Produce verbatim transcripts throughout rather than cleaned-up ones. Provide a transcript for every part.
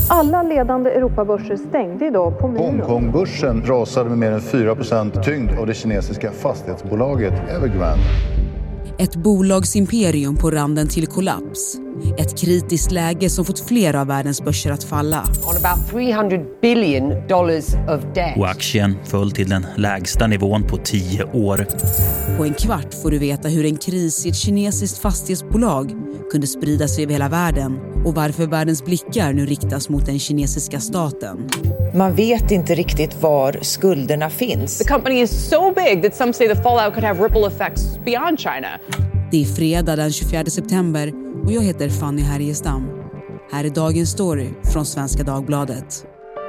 Alla ledande Europabörser stängde idag på minus. Hongkongbörsen rasade med mer än fyra procent tyngd av det kinesiska fastighetsbolaget Evergrande. Ett bolagsimperium på randen till kollaps. Ett kritiskt läge som fått flera av världens börser att falla. On about three hundred billion dollars of debt. Och aktien föll till den lägsta nivån på tio år. På en kvart får du veta hur en kris i ett kinesiskt fastighetsbolag kunde sprida sig över hela världen och varför världens blickar nu riktas mot den kinesiska staten. Man vet inte riktigt var skulderna finns. The company is so big that some say the fallout could have ripple effects beyond China. Det är fredag den tjugofjärde september och jag heter Fanny Härjestam. Här är dagens story från Svenska Dagbladet.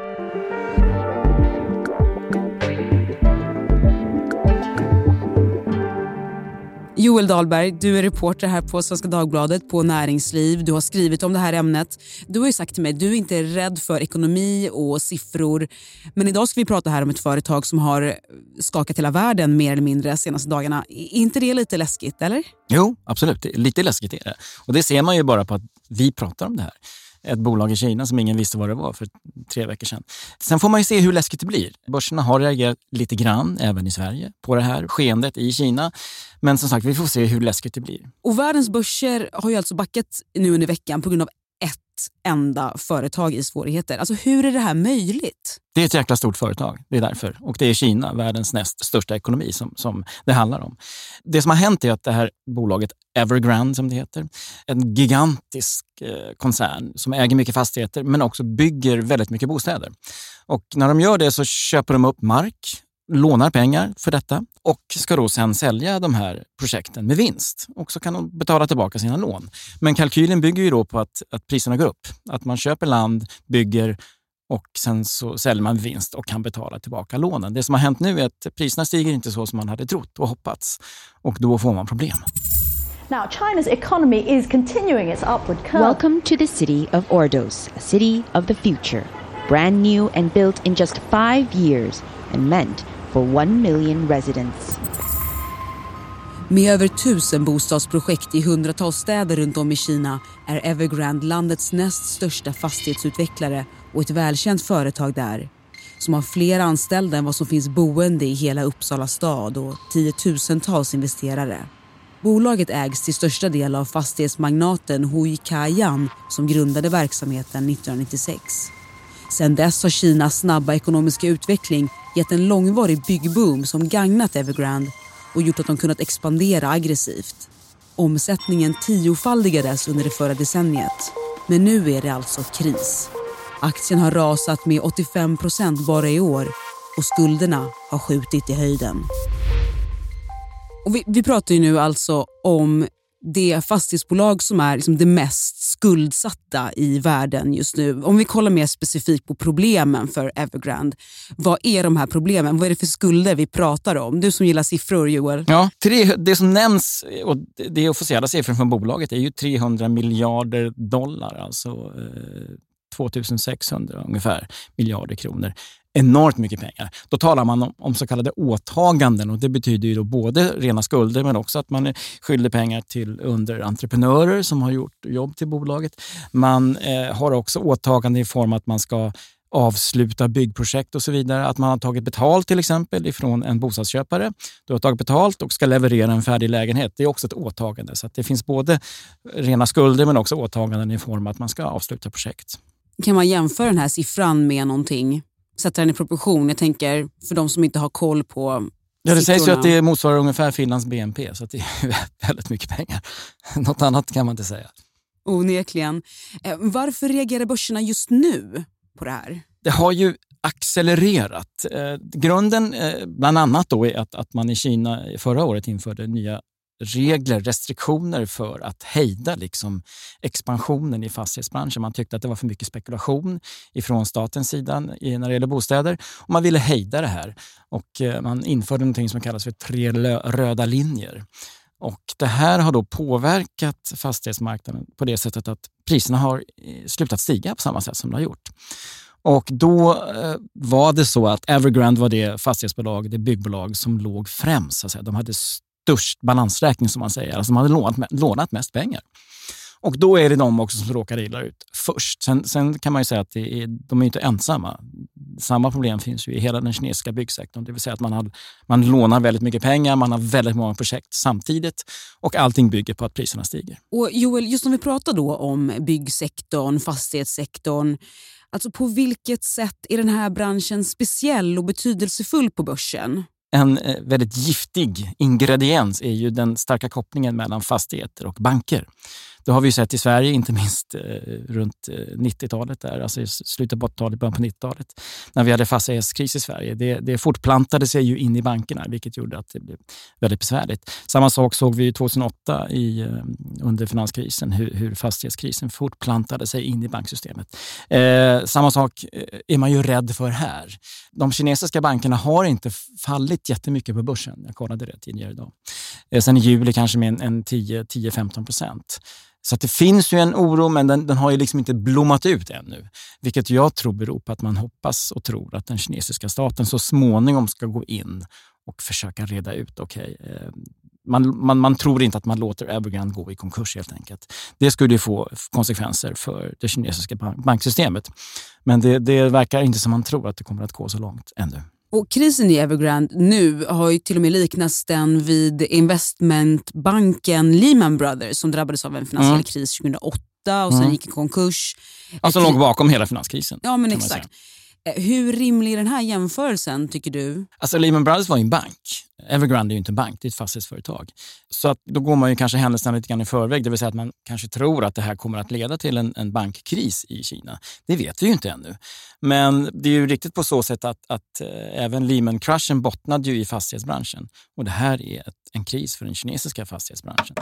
Joel Dahlberg, du är reporter här på Svenska Dagbladet på Näringsliv. Du har skrivit om det här ämnet. Du har ju sagt till mig att du inte är rädd för ekonomi och siffror. Men idag ska vi prata här om ett företag som har skakat hela världen mer eller mindre senaste dagarna. Är inte det lite läskigt, eller? Jo, absolut. Lite läskigt är det. Och det ser man ju bara på att vi pratar om det här. Ett bolag i Kina som ingen visste vad det var för tre veckor sedan. Sen får man ju se hur läskigt det blir. Börserna har reagerat lite grann, även i Sverige, på det här skeendet i Kina. Men som sagt, vi får se hur läskigt det blir. Och världens börser har ju alltså backat nu under veckan på grund av ett enda företag i svårigheter. Alltså hur är det här möjligt? Det är ett jäkla stort företag, det är därför. Och det är Kina, världens näst största ekonomi som, som det handlar om. Det som har hänt är att det här bolaget Evergrande, som det heter, en gigantisk eh, koncern som äger mycket fastigheter men också bygger väldigt mycket bostäder. Och när de gör det så köper de upp mark, lånar pengar för detta och ska då sen sälja de här projekten med vinst. Och så kan de betala tillbaka sina lån. Men kalkylen bygger ju då på att, att priserna går upp. Att man köper land, bygger och sen så säljer man vinst och kan betala tillbaka lånen. Det som har hänt nu är att priserna stiger inte så som man hade trott och hoppats. Och då får man problem. Now, China's economy is continuing its upward curve. Welcome to the city of Ordos, a city of the future. Brand new and built in just five years and meant for one million residents. Med över tusen bostadsprojekt i hundratals städer runt om i Kina är Evergrande landets näst största fastighetsutvecklare och ett välkänt företag där. Som har fler anställda än vad som finns boende i hela Uppsala stad och tiotusentals investerare. Bolaget ägs till största del av fastighetsmagnaten Hui Ka-yan som grundade verksamheten nittonhundranittiosex. Sedan dess har Kinas snabba ekonomiska utveckling gett en långvarig byggboom som gagnat Evergrande och gjort att de kunnat expandera aggressivt. Omsättningen tiofaldigades under det förra decenniet. Men nu är det alltså kris. Aktien har rasat med åttiofem procent bara i år och skulderna har skjutit i höjden. Och vi, vi pratar ju nu alltså om det fastighetsbolag som är liksom det mest skuldsatta i världen just nu. Om vi kollar mer specifikt på problemen för Evergrande. Vad är de här problemen? Vad är det för skulder vi pratar om? Du som gillar siffror, Joel. Ja, tre, det som nämns och det officiella siffran från bolaget är ju trehundra miljarder dollar. Alltså eh, tvåtusensexhundra ungefär miljarder kronor. Enormt mycket pengar. Då talar man om, om så kallade åtaganden och det betyder ju då både rena skulder men också att man skyller pengar till underentreprenörer som har gjort jobb till bolaget. Man eh, har också åtaganden i form att man ska avsluta byggprojekt och så vidare. Att man har tagit betalt till exempel ifrån en bostadsköpare. Du har tagit betalt och ska leverera en färdig lägenhet. Det är också ett åtagande. Så att det finns både rena skulder men också åtaganden i form att man ska avsluta projekt. Kan man jämföra den här siffran med någonting? Sätta den i proportion. Jag tänker för de som inte har koll på Ja, det siffrorna. sägs ju att det motsvarar ungefär Finlands B N P så att det är väldigt mycket pengar. Något annat kan man inte säga. Onekligen. Eh, varför reagerar börserna just nu på det här? Det har ju accelererat. Eh, grunden eh, bland annat då är att, att man i Kina förra året införde nya regler, restriktioner för att hejda liksom expansionen i fastighetsbranschen. Man tyckte att det var för mycket spekulation ifrån statens sida när det gäller bostäder och man ville hejda det här. Och eh, man införde någonting som kallas för tre röda linjer. Och det här har då påverkat fastighetsmarknaden på det sättet att priserna har slutat stiga på samma sätt som de har gjort. Och då eh, var det så att Evergrande var det fastighetsbolag, det byggbolag som låg främst. Så att säga. De hade störst balansräkning som man säger, alltså de hade lånat, lånat mest pengar. Och då är det de också som råkar illa ut först. Sen, sen kan man ju säga att det är, de är inte ensamma. Samma problem finns ju i hela den kinesiska byggsektorn. Det vill säga att man, har, man lånar väldigt mycket pengar, man har väldigt många projekt samtidigt och allting bygger på att priserna stiger. Och Joel, just när vi pratar då om byggsektorn, fastighetssektorn, alltså på vilket sätt är den här branschen speciell och betydelsefull på börsen? En eh, väldigt giftig ingrediens är ju den starka kopplingen mellan fastigheter och banker. Det har vi ju sett i Sverige, inte minst eh, runt eh, nittiotalet där, alltså i slutet på åttiotalet, början på nittiotalet, när vi hade fastighetskris i Sverige. Det, det fortplantade sig ju in i bankerna, vilket gjorde att det blev väldigt besvärligt. Samma sak såg vi tjugohundraåtta i, eh, under finanskrisen, hur, hur fastighetskrisen fortplantade sig in i banksystemet. Eh, samma sak är man ju rädd för här. De kinesiska bankerna har inte fallit jättemycket på börsen. Jag kollade det tidigare idag. Eh, sen i juli kanske med en, en tio till femton procent. Så att det finns ju en oro, men den, den har ju liksom inte blommat ut ännu. Vilket jag tror beror på att man hoppas och tror att den kinesiska staten så småningom ska gå in och försöka reda ut. Okej, okay, eh, man, man, man tror inte att man låter Evergrande gå i konkurs helt enkelt. Det skulle ju få konsekvenser för det kinesiska bank- banksystemet. Men det, det verkar inte som man tror att det kommer att gå så långt ännu. Och krisen i Evergrande nu har ju till och med liknats den vid investmentbanken Lehman Brothers som drabbades av en finansiell mm. kris tjugohundraåtta och sen mm. gick i konkurs. Alltså låg bakom hela finanskrisen. Ja, men exakt. Hur rimlig är den här jämförelsen tycker du? Alltså Lehman Brothers var ju en bank. Evergrande är ju inte en bank, det är ett fastighetsföretag. Så att då går man ju kanske händelserna lite grann i förväg. Det vill säga att man kanske tror att det här kommer att leda till en, en bankkris i Kina. Det vet vi ju inte ännu. Men det är ju riktigt på så sätt att, att äh, även Lehman-kraschen bottnade ju i fastighetsbranschen. Och det här är ett, en kris för den kinesiska fastighetsbranschen.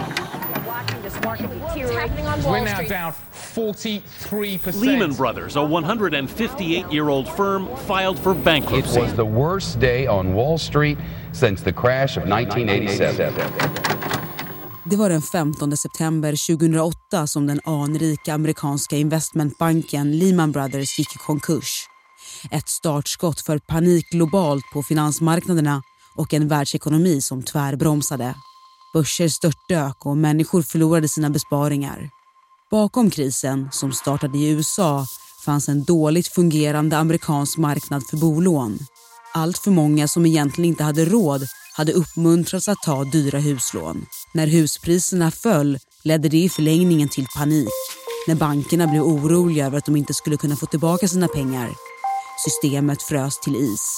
We're now down forty-three percent. Lehman Brothers, a one hundred fifty-eight-year-old firm, filed for bankruptcy. It was the worst day on Wall Street since the crash of nineteen eighty-seven. Det var den femtonde september tjugohundraåtta som den anrika amerikanska investmentbanken Lehman Brothers gick i konkurs. Ett startskott för panik globalt på finansmarknaderna och en världsekonomi som tvärbromsade. Börser störtdök och människor förlorade sina besparingar. Bakom krisen, som startade i U S A, fanns en dåligt fungerande amerikansk marknad för bolån. Allt för många som egentligen inte hade råd hade uppmuntrats att ta dyra huslån. När huspriserna föll ledde det i förlängningen till panik. När bankerna blev oroliga över att de inte skulle kunna få tillbaka sina pengar. Systemet frös till is.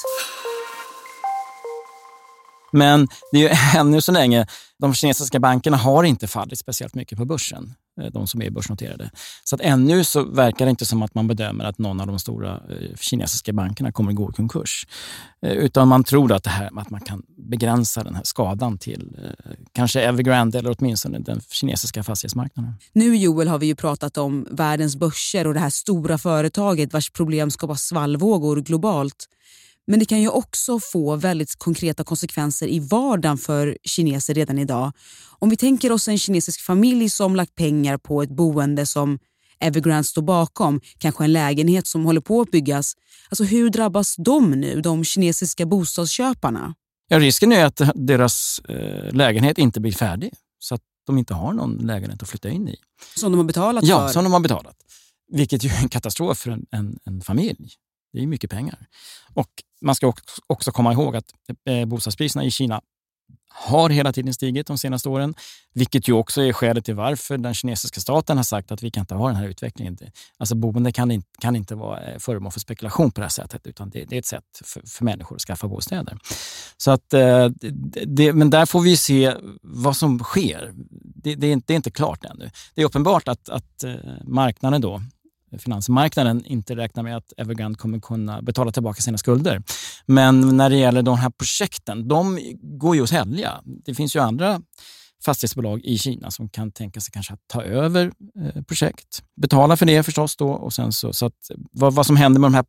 Men det är ju ännu så länge, de kinesiska bankerna har inte fallit speciellt mycket på börsen, de som är börsnoterade. Så att ännu så verkar det inte som att man bedömer att någon av de stora kinesiska bankerna kommer att gå i konkurs. Utan man tror att, det här, att man kan begränsa den här skadan till kanske Evergrande eller åtminstone den kinesiska fastighetsmarknaden. Nu Joel har vi ju pratat om världens börser och det här stora företaget vars problem skapar svallvågor globalt. Men det kan ju också få väldigt konkreta konsekvenser i vardagen för kineser redan idag. Om vi tänker oss en kinesisk familj som lagt pengar på ett boende som Evergrande står bakom, kanske en lägenhet som håller på att byggas. Alltså hur drabbas de nu, de kinesiska bostadsköparna? Ja, risken är att deras eh, lägenhet inte blir färdig så att de inte har någon lägenhet att flytta in i. Som de har betalat ja, för? Ja, som de har betalat. Vilket ju är en katastrof för en, en, en familj. Det är mycket pengar. Och man ska också komma ihåg att bostadspriserna i Kina har hela tiden stigit de senaste åren. Vilket ju också är skälet till varför den kinesiska staten har sagt att vi kan inte ha den här utvecklingen. Alltså boende kan inte, kan inte vara föremål för spekulation på det här sättet. Utan det, det är ett sätt för, för människor att skaffa bostäder. Så att, det, men där får vi se vad som sker. Det, det, är, inte, det är inte klart ännu. Det är uppenbart att, att marknaden då, finansmarknaden, inte räknar med att Evergrande kommer kunna betala tillbaka sina skulder. Men när det gäller de här projekten, de går ju att sälja. Det finns ju andra fastighetsbolag i Kina som kan tänka sig kanske att ta över eh, projekt. Betala för det förstås då och sen så, så att vad, vad som händer med de här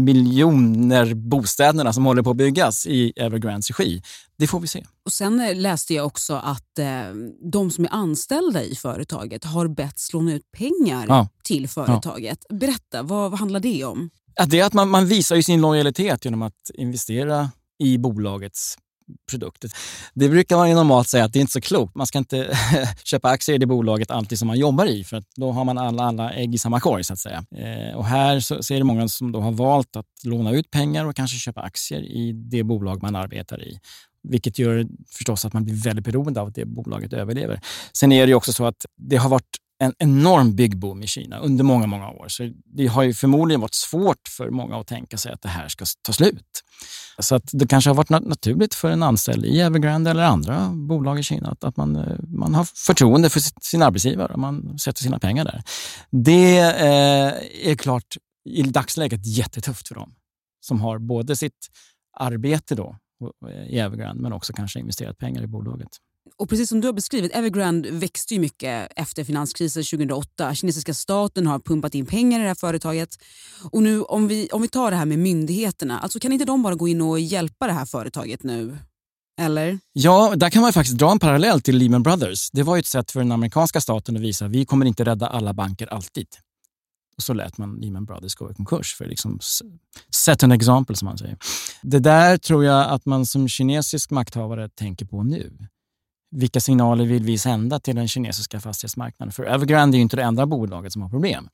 miljoner bostäderna som håller på att byggas i Evergrandes regi, det får vi se. Och sen läste jag också att eh, de som är anställda i företaget har bett slåna ut pengar ja. till företaget. Ja. Berätta, vad, vad handlar det om? Att det är att man, man visar ju sin lojalitet genom att investera i bolagets produkter. Det brukar man ju normalt säga att det är inte så klokt. Man ska inte köpa aktier i det bolaget alltid som man jobbar i, för att då har man alla, alla ägg i samma korg så att säga. Eh, och här så, så är det många som då har valt att låna ut pengar och kanske köpa aktier i det bolag man arbetar i. Vilket gör förstås att man blir väldigt beroende av att det bolaget överlever. Sen är det ju också så att det har varit en enorm byggboom i Kina under många, många år. Så det har ju förmodligen varit svårt för många att tänka sig att det här ska ta slut. Så att det kanske har varit naturligt för en anställd i Evergrande eller andra bolag i Kina att, att man, man har förtroende för sin arbetsgivare och man sätter sina pengar där. Det eh, är klart i dagsläget jättetufft för dem som har både sitt arbete då i Evergrande men också kanske investerat pengar i bolaget. Och precis som du har beskrivit, Evergrande växte ju mycket efter finanskrisen tjugohundraåtta. Kinesiska staten har pumpat in pengar i det här företaget. Och nu om vi, om vi tar det här med myndigheterna, alltså kan inte de bara gå in och hjälpa det här företaget nu? Eller? Ja, där kan man faktiskt dra en parallell till Lehman Brothers. Det var ju ett sätt för den amerikanska staten att visa att vi kommer inte rädda alla banker alltid. Och så lät man Lehman Brothers gå i konkurs för liksom set an example som man säger. Det där tror jag att man som kinesisk makthavare tänker på nu. Vilka signaler vill vi sända till den kinesiska fastighetsmarknaden? För Evergrande är ju inte det enda bolaget som har problem.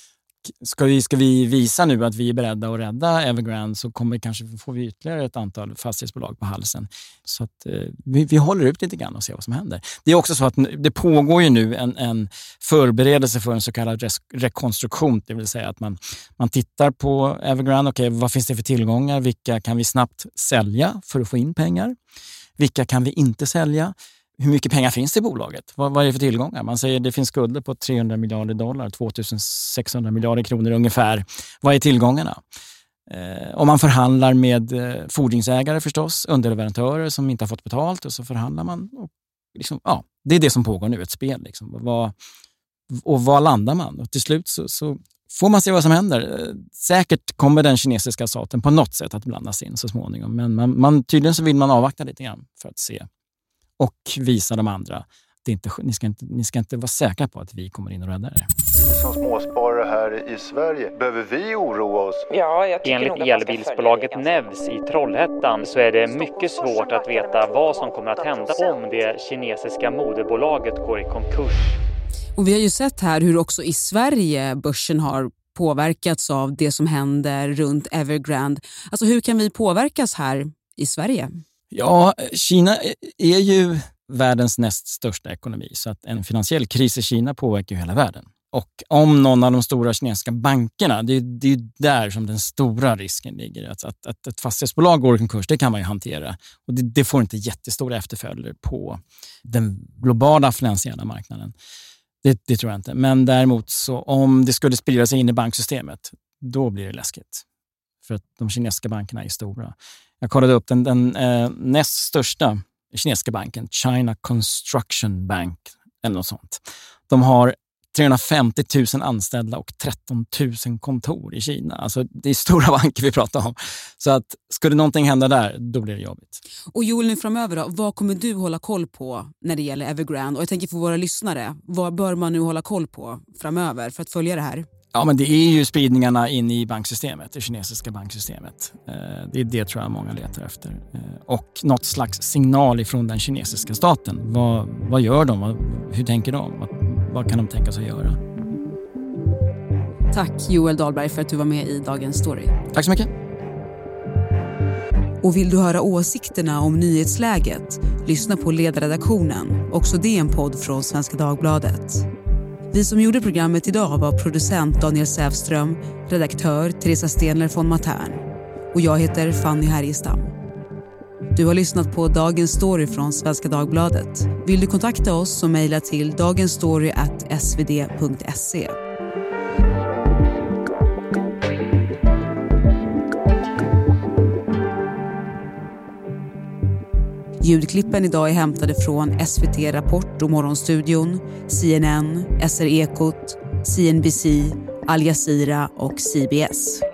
Ska vi, ska vi visa nu att vi är beredda att rädda Evergrande så kommer kanske får vi ytterligare ett antal fastighetsbolag på halsen. Så att eh, vi, vi håller ut lite grann och ser vad som händer. Det är också så att det pågår ju nu en, en förberedelse för en så kallad res- rekonstruktion. Det vill säga att man, man tittar på Evergrande. Okej, okay, vad finns det för tillgångar? Vilka kan vi snabbt sälja för att få in pengar? Vilka kan vi inte sälja? Hur mycket pengar finns det i bolaget? Vad, vad är det för tillgångar? Man säger att det finns skulder på trehundra miljarder dollar, tvåtusensexhundra miljarder kronor ungefär. Vad är tillgångarna? Eh, om man förhandlar med eh, fordringsägare förstås, underleverantörer som inte har fått betalt och så förhandlar man. Och liksom, ja, det är det som pågår nu, ett spel. Liksom. Vad, och var landar man? Och till slut så, så får man se vad som händer. Eh, säkert kommer den kinesiska staten på något sätt att blandas in så småningom. Men man, man, tydligen så vill man avvakta lite grann för att se. Och visa de andra. Det är inte, ni, ska inte, ni ska inte vara säkra på att vi kommer in och räddar er. Som småsparare här i Sverige, behöver vi oroa oss? Ja, jag tycker Enligt elbilsbolaget Nevs i Trollhättan så är det mycket svårt att veta vad som kommer att hända om det kinesiska moderbolaget går i konkurs. Och vi har ju sett här hur också i Sverige börsen har påverkats av det som händer runt Evergrande. Alltså hur kan vi påverkas här i Sverige? Ja, Kina är ju världens näst största ekonomi så att en finansiell kris i Kina påverkar ju hela världen. Och om någon av de stora kinesiska bankerna, det är, det är där som den stora risken ligger. Att, att, att ett fastighetsbolag går i konkurs, det kan man ju hantera. Och det, det får inte jättestora efterföljder på den globala finansiella marknaden. Det, det tror jag inte. Men däremot så om det skulle sprida sig in i banksystemet, då blir det läskigt. För att de kinesiska bankerna är stora. Jag kollade upp den, den eh, näst största kinesiska banken, China Construction Bank eller något sånt. De har trehundrafemtio tusen anställda och tretton tusen kontor i Kina. Alltså det är stora banker vi pratar om. Så att skulle någonting hända där, då blir det jobbigt. Och Joel, nu framöver då, vad kommer du hålla koll på när det gäller Evergrande? Och jag tänker för våra lyssnare, vad bör man nu hålla koll på framöver för att följa det här? Ja, men det är ju spridningarna in i banksystemet, det kinesiska banksystemet. Det är det tror jag många letar efter. Och något slags signal ifrån den kinesiska staten. Vad, vad gör de? Hur tänker de? Vad, vad kan de tänka sig göra? Tack Joel Dahlberg för att du var med i Dagens Story. Tack så mycket. Och vill du höra åsikterna om nyhetsläget? Lyssna på Ledarredaktionen. Också det är en podd från Svenska Dagbladet. Vi som gjorde programmet idag var producent Daniel Sävström, redaktör Teresa Stenler von Matern. Och jag heter Fanny Härgestam. Du har lyssnat på Dagens Story från Svenska Dagbladet. Vill du kontakta oss så mejla till dagensstory at s v d punkt se. Ljudklippen idag är hämtade från S V T Rapport och Morgonstudion, C N N, S R Ekot, C N B C, Al Jazeera och C B S.